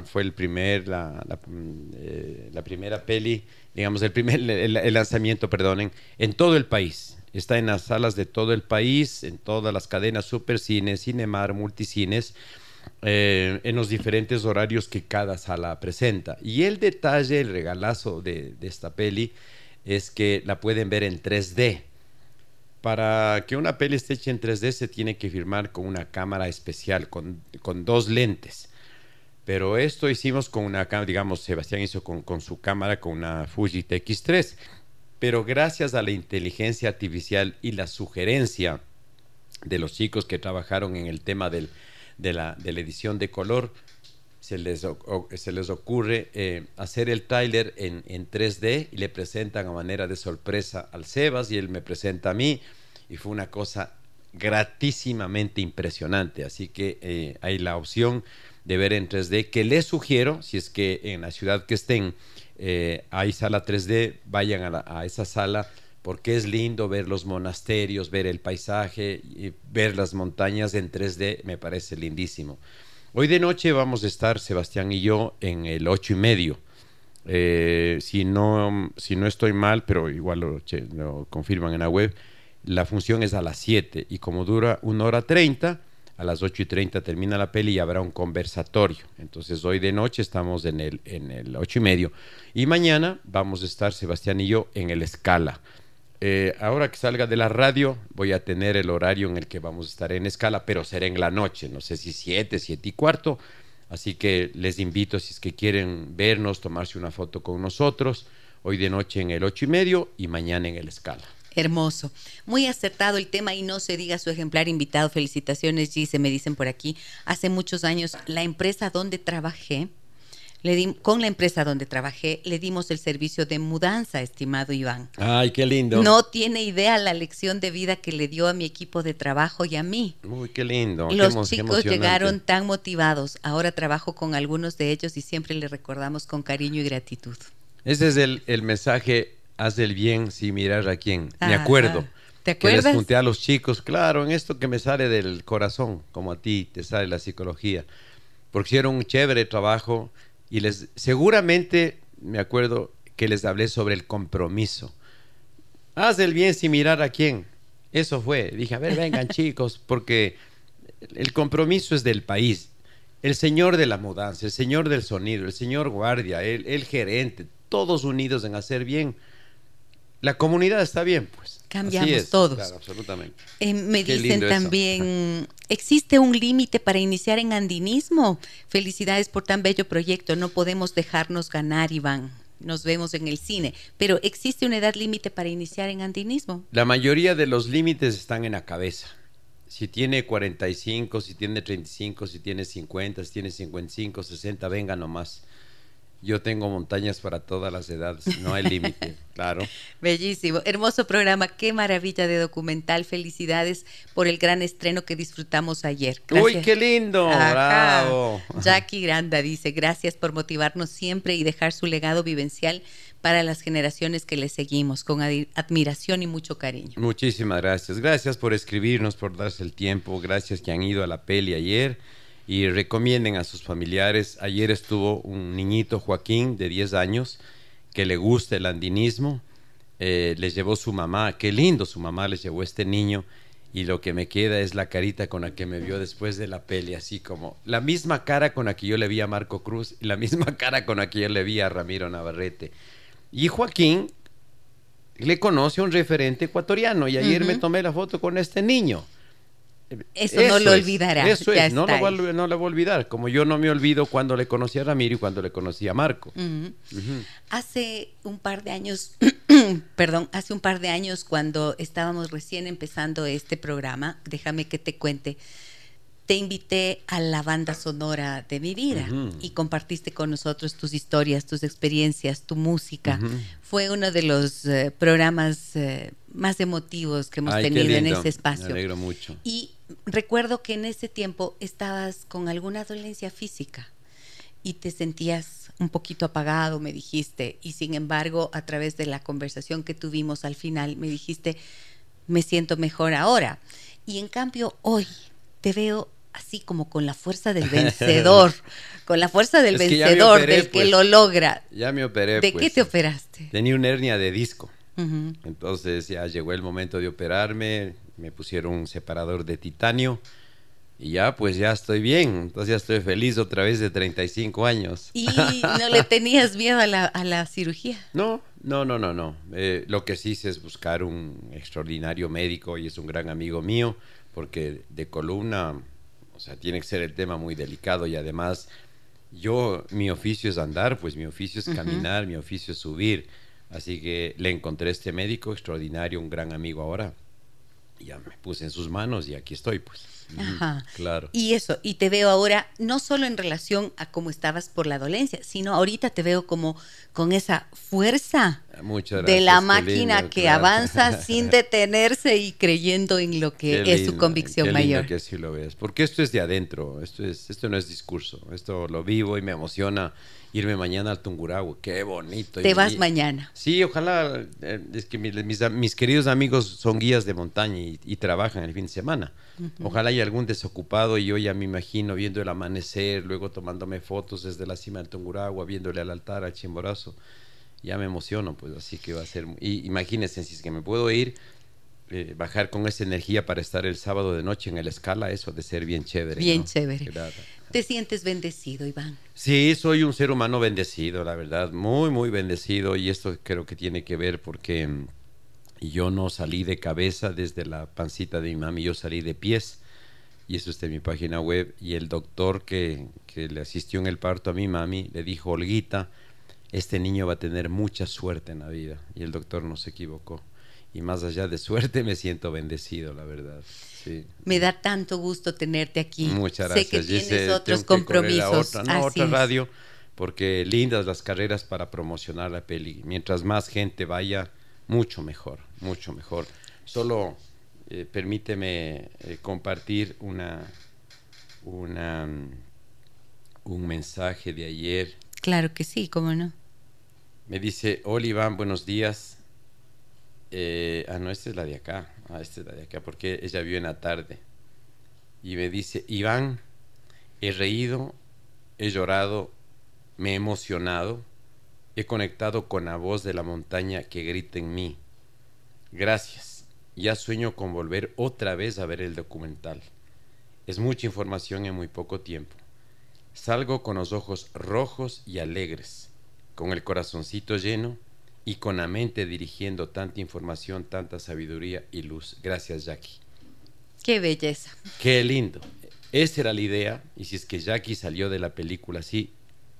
primera peli, digamos, el lanzamiento, perdonen, en todo el país. Está en las salas de todo el país, en todas las cadenas Supercines, Cinemar, Multicines, en los diferentes horarios que cada sala presenta. Y el detalle, el regalazo de esta peli es que la pueden ver en 3D. Para que una peli esté hecha en 3D se tiene que filmar con una cámara especial, con 2 lentes. Pero esto hicimos con una cámara, digamos, Sebastián hizo con su cámara, con una Fuji TX3. Pero gracias a la inteligencia artificial y la sugerencia de los chicos que trabajaron en el tema de la edición de color, se les ocurre hacer el tráiler en 3D, y le presentan a manera de sorpresa al Sebas y él me presenta a mí, y fue una cosa gratísimamente impresionante. Así que hay la opción de ver en 3D, que les sugiero, si es que en la ciudad que estén hay sala 3D, vayan a esa sala, porque es lindo ver los monasterios, ver el paisaje y ver las montañas en 3D, me parece lindísimo. Hoy de noche vamos a estar Sebastián y yo en el 8:30. Si no estoy mal, pero igual lo confirman en la web, la función es a las 7, y como dura 1:30, a las 8:30 termina la peli y habrá un conversatorio. Entonces hoy de noche estamos en el 8:30, y mañana vamos a estar Sebastián y yo en el Scala. Ahora que salga de la radio voy a tener el horario en el que vamos a estar en Scala, pero será en la noche, no sé si 7:15, así que les invito, si es que quieren vernos, tomarse una foto con nosotros, hoy de noche en el 8:30 y mañana en el Scala. Hermoso, muy acertado el tema, y no se diga su ejemplar invitado. Felicitaciones, Gise, me dicen por aquí. Hace muchos años la empresa donde trabajé, con la empresa donde trabajé, le dimos el servicio de mudanza, estimado Iván. Ay, qué lindo. No tiene idea la lección de vida que le dio a mi equipo de trabajo y a mí. Uy, qué lindo. Los chicos llegaron tan motivados. Ahora trabajo con algunos de ellos y siempre les recordamos con cariño y gratitud. Ese es el mensaje: haz el bien sin mirar a quién. Me acuerdo. ¿Te acuerdas? Que les junté a los chicos, claro, en esto que me sale del corazón, como a ti te sale la psicología, porque hicieron un chévere trabajo. Y seguramente me acuerdo que les hablé sobre el compromiso. Haz el bien sin mirar a quién. Eso fue. Dije, a ver, vengan chicos, porque el compromiso es del país. El señor de la mudanza, el señor del sonido, el señor guardia, el gerente, todos unidos en hacer bien. La comunidad está bien, pues. Cambiamos todos. Claro, absolutamente. Me dicen también, ¿existe un límite para iniciar en andinismo? Felicidades por tan bello proyecto, no podemos dejarnos ganar, Iván. nos vemos en el cine, pero ¿existe una edad límite para iniciar en andinismo? La mayoría de los límites están en la cabeza. Si tiene 45, si tiene 35, si tiene 50, si tiene 55, 60, venga nomás. Yo tengo montañas para todas las edades, no hay límite, claro. Bellísimo, hermoso programa, qué maravilla de documental, felicidades por el gran estreno que disfrutamos ayer. Gracias. ¡Uy, qué lindo! Ajá. ¡Bravo! Jackie Granda dice, gracias por motivarnos siempre y dejar su legado vivencial para las generaciones que le seguimos, con admiración y mucho cariño. Muchísimas gracias, gracias por escribirnos, por darse el tiempo, gracias que han ido a la peli ayer. Y recomienden a sus familiares. Ayer estuvo un niñito, Joaquín, de 10 años, que le gusta el andinismo. Les llevó su mamá. Qué lindo, su mamá les llevó este niño. Y lo que me queda es la carita con la que me vio después de la peli. Así como la misma cara con la que yo le vi a Marco Cruz y la misma cara con la que yo le vi a Ramiro Navarrete. Y Joaquín le conoce a un referente ecuatoriano. Y ayer me tomé la foto con este niño. Eso no lo olvidará. Eso es, no lo voy a olvidar. Como yo no me olvido cuando le conocí a Ramiro y cuando le conocí a Marco. Hace un par de años, hace un par de años cuando estábamos recién empezando este programa, déjame que te cuente, te invité a la banda sonora de mi vida y compartiste con nosotros tus historias, tus experiencias, tu música. Fue uno de los programas más emotivos que hemos tenido en ese espacio. Me alegro mucho. Y recuerdo que en ese tiempo estabas con alguna dolencia física y te sentías un poquito apagado, me dijiste, y sin embargo, a través de la conversación que tuvimos al final, me dijiste, me siento mejor ahora. Y en cambio, hoy te veo así como con la fuerza del vencedor, con la fuerza del vencedor, operé, del que lo logra. Ya me operé. ¿De qué te operaste? Tenía una hernia de disco. Entonces ya llegó el momento de operarme, me pusieron un separador de titanio y ya pues ya estoy bien, entonces ya estoy feliz otra vez de 35 años. ¿Y no le tenías miedo a la cirugía? No. Lo que sí hice es buscar un extraordinario médico y es un gran amigo mío, porque de columna, o sea, tiene que ser el tema muy delicado y además mi oficio es andar, pues mi oficio es caminar, mi oficio es subir. Así que le encontré a este médico extraordinario, un gran amigo ahora. Y ya me puse en sus manos y aquí estoy, pues. Ajá. Claro. Y eso, y te veo ahora no solo en relación a cómo estabas por la dolencia, sino ahorita te veo como con esa fuerza de la máquina lindo, que avanza sin detenerse y creyendo en lo que es su convicción mayor. Qué lindo que así lo ves, porque esto es de adentro, esto no es discurso, esto lo vivo y me emociona. Irme mañana al Tungurahua, qué bonito. ¿Te vas mañana? Sí, ojalá, es que mis queridos amigos son guías de montaña y trabajan el fin de semana. Ojalá haya algún desocupado y yo ya me imagino viendo el amanecer, luego tomándome fotos desde la cima del Tungurahua, viéndole al altar, al Chimborazo. Ya me emociono, pues así que va a ser... Y imagínense, si es que me puedo ir, bajar con esa energía para estar el sábado de noche en el Scala, eso de ser bien chévere. Bien, ¿no? Chévere. Claro. ¿Te sientes bendecido, Iván? Sí, soy un ser humano bendecido, la verdad, muy, muy bendecido, y esto creo que tiene que ver porque yo no salí de cabeza desde la pancita de mi mami, yo salí de pies, y eso está en mi página web, y el doctor que le asistió en el parto a mi mami le dijo, Olguita, este niño va a tener mucha suerte en la vida, y el doctor no se equivocó. Y más allá de suerte me siento bendecido, la verdad. Sí. Me da tanto gusto tenerte aquí. Muchas gracias. Sé que tienes otros compromisos. Otra radio, porque lindas las carreras para promocionar la peli. Mientras más gente vaya, mucho mejor, mucho mejor. Solo permíteme compartir un mensaje de ayer. Claro que sí, cómo no. Me dice, hola Iván, buenos días. No, esta es la de acá. Esta es la de acá, porque ella vio en la tarde. Y me dice, Iván, he reído, he llorado, me he emocionado, he conectado con la voz de la montaña que grita en mí. Gracias. Ya sueño con volver otra vez a ver el documental. Es mucha información en muy poco tiempo. Salgo con los ojos rojos y alegres, con el corazoncito lleno y con la mente dirigiendo tanta información, tanta sabiduría y luz. Gracias, Jackie. Qué belleza. Qué lindo. Esa era la idea, y si es que Jackie salió de la película así,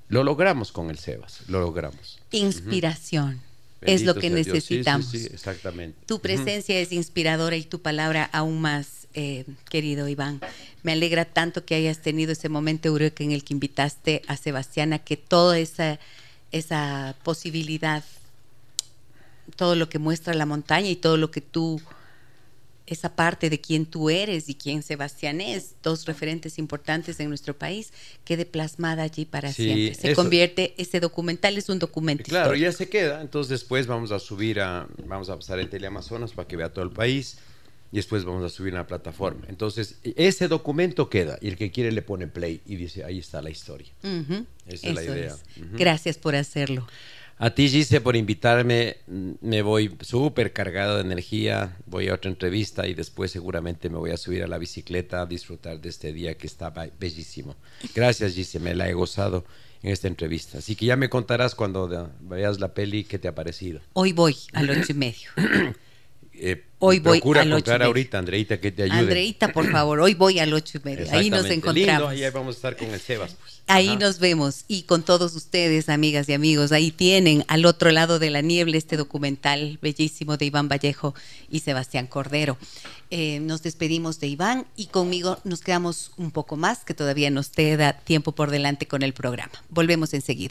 lo logramos con el Sebas, lo logramos. Inspiración. Es lo que necesitamos. Sí, exactamente. Tu presencia es inspiradora y tu palabra aún más, querido Iván. Me alegra tanto que hayas tenido ese momento eureka en el que invitaste a Sebastiana, que toda esa posibilidad, todo lo que muestra la montaña y todo lo que tú, esa parte de quién tú eres y quién Sebastián es, dos referentes importantes en nuestro país, quede plasmada allí para siempre. Se convierte, ese documental es un documento claro, histórico. ya se queda. Entonces después vamos a pasar en Teleamazonas para que vea todo el país y después vamos a subir a una plataforma. Entonces ese documento queda y el que quiere le pone play y dice, ahí está la historia. Esa es la idea. Gracias por hacerlo. A ti, Gise, por invitarme. Me voy súper cargado de energía. Voy a otra entrevista y después seguramente me voy a subir a la bicicleta a disfrutar de este día que está bellísimo. Gracias, Gise, me la he gozado en esta entrevista. Así que ya me contarás cuando veas la peli qué te ha parecido. Hoy voy a las 8:30. Hoy voy procura contar ahorita, Andreita, que te ayude. Andreita, por favor, hoy voy al 8:30. Ahí nos encontramos. Lindo, ahí vamos a estar con el Sebas. Pues. Ahí nos vemos y con todos ustedes, amigas y amigos. Ahí tienen Al otro lado de la niebla, este documental bellísimo de Iván Vallejo y Sebastián Cordero. Nos despedimos de Iván y conmigo nos quedamos un poco más, que todavía nos queda tiempo por delante con el programa. Volvemos enseguida.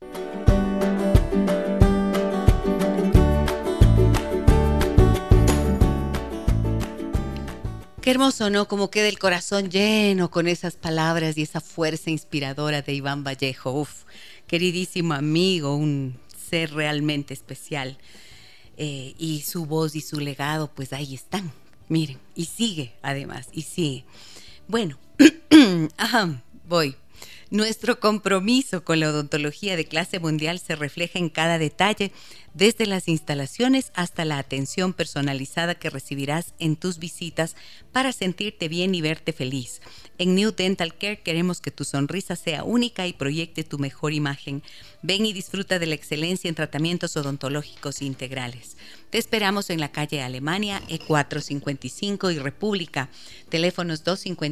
Qué hermoso, ¿no? Como queda el corazón lleno con esas palabras y esa fuerza inspiradora de Iván Vallejo. Uf, queridísimo amigo, un ser realmente especial. Y su voz y su legado, pues ahí están. Miren, y sigue, además, y sigue. Bueno, voy. Nuestro compromiso con la odontología de clase mundial se refleja en cada detalle, desde las instalaciones hasta la atención personalizada que recibirás en tus visitas para sentirte bien y verte feliz. En New Dental Care queremos que tu sonrisa sea única y proyecte tu mejor imagen. Ven y disfruta de la excelencia en tratamientos odontológicos integrales. Te esperamos en la calle Alemania, E455 y República. Teléfonos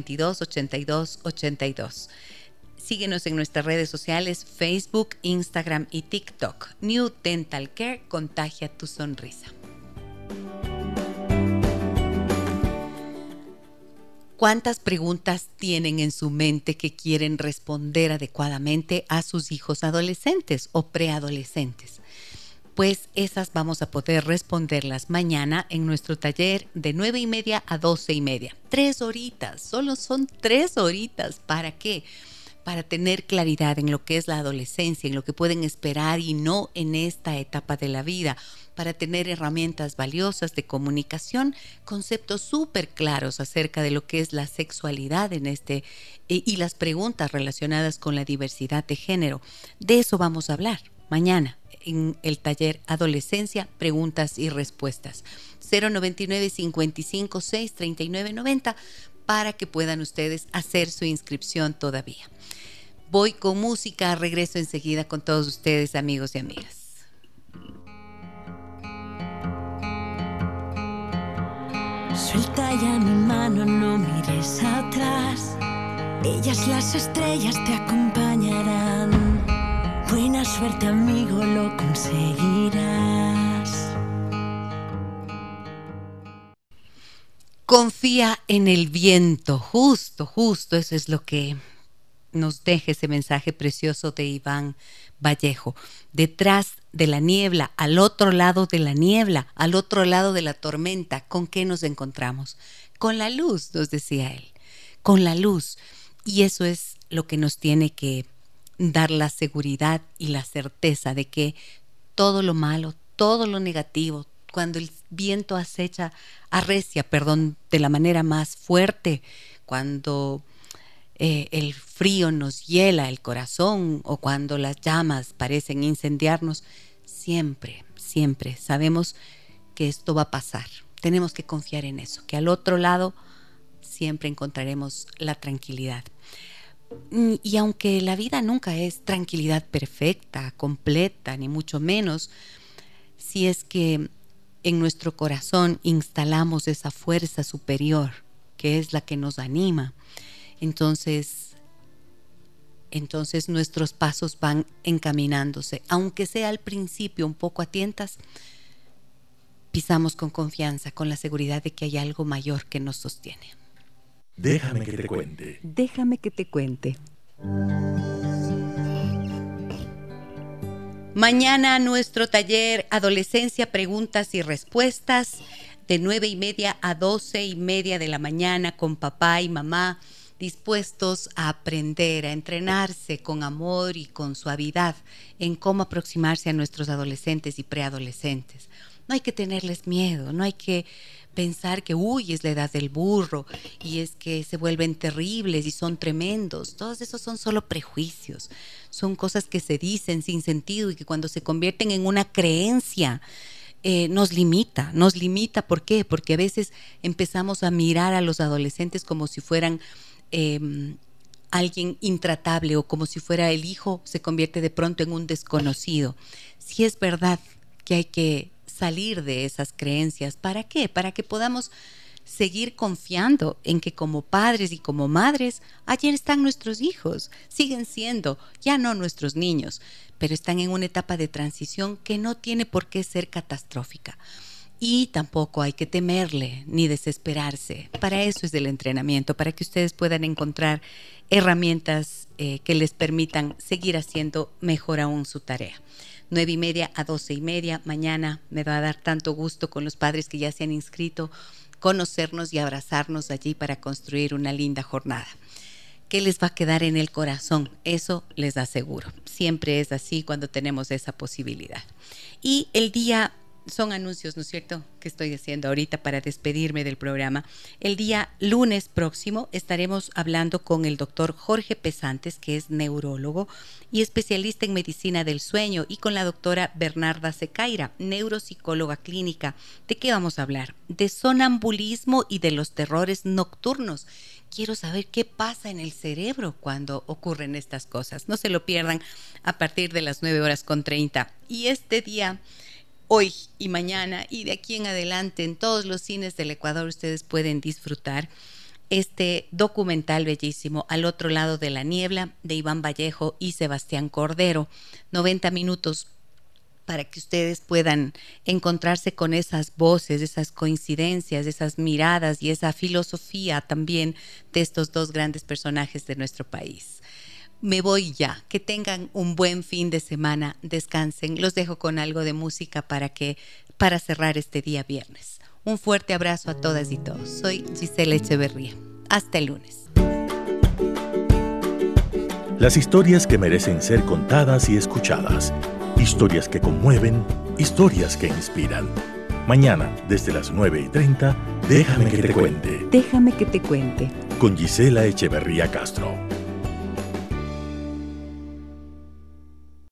252-8282. Síguenos en nuestras redes sociales, Facebook, Instagram y TikTok. New Dental Care, contagia tu sonrisa. ¿Cuántas preguntas tienen en su mente que quieren responder adecuadamente a sus hijos adolescentes o preadolescentes? Pues esas vamos a poder responderlas mañana en nuestro taller de 9:30 a 12:30. 3 horitas, solo son 3 horitas. ¿Para qué? Para tener claridad en lo que es la adolescencia, en lo que pueden esperar y no en esta etapa de la vida, para tener herramientas valiosas de comunicación, conceptos súper claros acerca de lo que es la sexualidad en y las preguntas relacionadas con la diversidad de género. De eso vamos a hablar mañana en el taller Adolescencia, Preguntas y Respuestas. 099-55-6-3990 para que puedan ustedes hacer su inscripción todavía. Voy con música, regreso enseguida con todos ustedes, amigos y amigas. Suelta ya mi mano, no mires atrás. Ellas, las estrellas, te acompañarán. Buena suerte, amigo, lo conseguirás. Confía en el viento, justo, eso es lo que nos deja ese mensaje precioso de Iván Vallejo. Detrás de la niebla, al otro lado de la niebla, al otro lado de la tormenta, ¿con qué nos encontramos? Con la luz, nos decía él, con la luz. Y eso es lo que nos tiene que dar la seguridad y la certeza de que todo lo malo, todo lo negativo, cuando el viento arrecia, de la manera más fuerte, cuando el frío nos hiela el corazón o cuando las llamas parecen incendiarnos, siempre sabemos que esto va a pasar. Tenemos que confiar en eso, que al otro lado siempre encontraremos la tranquilidad. Y aunque la vida nunca es tranquilidad perfecta, completa, ni mucho menos, si es que en nuestro corazón instalamos esa fuerza superior, que es la que nos anima, entonces entonces nuestros pasos van encaminándose. Aunque sea al principio un poco a tientas, pisamos con confianza, con la seguridad de que hay algo mayor que nos sostiene. Déjame que te cuente. Déjame que te cuente. Mañana nuestro taller Adolescencia, Preguntas y Respuestas de 9:30 a 12:30 de la mañana con papá y mamá dispuestos a aprender, a entrenarse con amor y con suavidad en cómo aproximarse a nuestros adolescentes y preadolescentes. No hay que tenerles miedo, no hay que pensar que es la edad del burro y es que se vuelven terribles y son tremendos. Todos esos son solo prejuicios, son cosas que se dicen sin sentido y que cuando se convierten en una creencia nos limita. ¿Por qué? Porque a veces empezamos a mirar a los adolescentes como si fueran alguien intratable o como si fuera el hijo se convierte de pronto en un desconocido. Sí es verdad que hay que salir de esas creencias. ¿Para qué? Para que podamos seguir confiando en que como padres y como madres, allí están nuestros hijos, siguen siendo ya no nuestros niños, pero están en una etapa de transición que no tiene por qué ser catastrófica. Y tampoco hay que temerle ni desesperarse. Para eso es el entrenamiento, para que ustedes puedan encontrar herramientas que les permitan seguir haciendo mejor aún su tarea. 9:30 a 12:30. Mañana me va a dar tanto gusto con los padres que ya se han inscrito, conocernos y abrazarnos allí para construir una linda jornada. ¿Qué les va a quedar en el corazón? Eso les aseguro. Siempre es así cuando tenemos esa posibilidad. Y el día, son anuncios, ¿no es cierto?, que estoy haciendo ahorita para despedirme del programa. El día lunes próximo estaremos hablando con el doctor Jorge Pesantes, que es neurólogo y especialista en medicina del sueño, y con la doctora Bernarda Secaira, neuropsicóloga clínica. ¿De qué vamos a hablar? De sonambulismo y de los terrores nocturnos. Quiero saber qué pasa en el cerebro cuando ocurren estas cosas. No se lo pierdan a partir de las 9:30. Y este día, hoy y mañana y de aquí en adelante, en todos los cines del Ecuador ustedes pueden disfrutar este documental bellísimo, Al otro lado de la niebla, de Iván Vallejo y Sebastián Cordero. 90 minutos para que ustedes puedan encontrarse con esas voces, esas coincidencias, esas miradas y esa filosofía también de estos dos grandes personajes de nuestro país. Me voy ya. Que tengan un buen fin de semana. Descansen. Los dejo con algo de música para cerrar este día viernes. Un fuerte abrazo a todas y todos. Soy Gisela Echeverría. Hasta el lunes. Las historias que merecen ser contadas y escuchadas. Historias que conmueven, historias que inspiran. Mañana, desde las 9:30, déjame que te cuente. Déjame que te cuente. Con Gisela Echeverría Castro.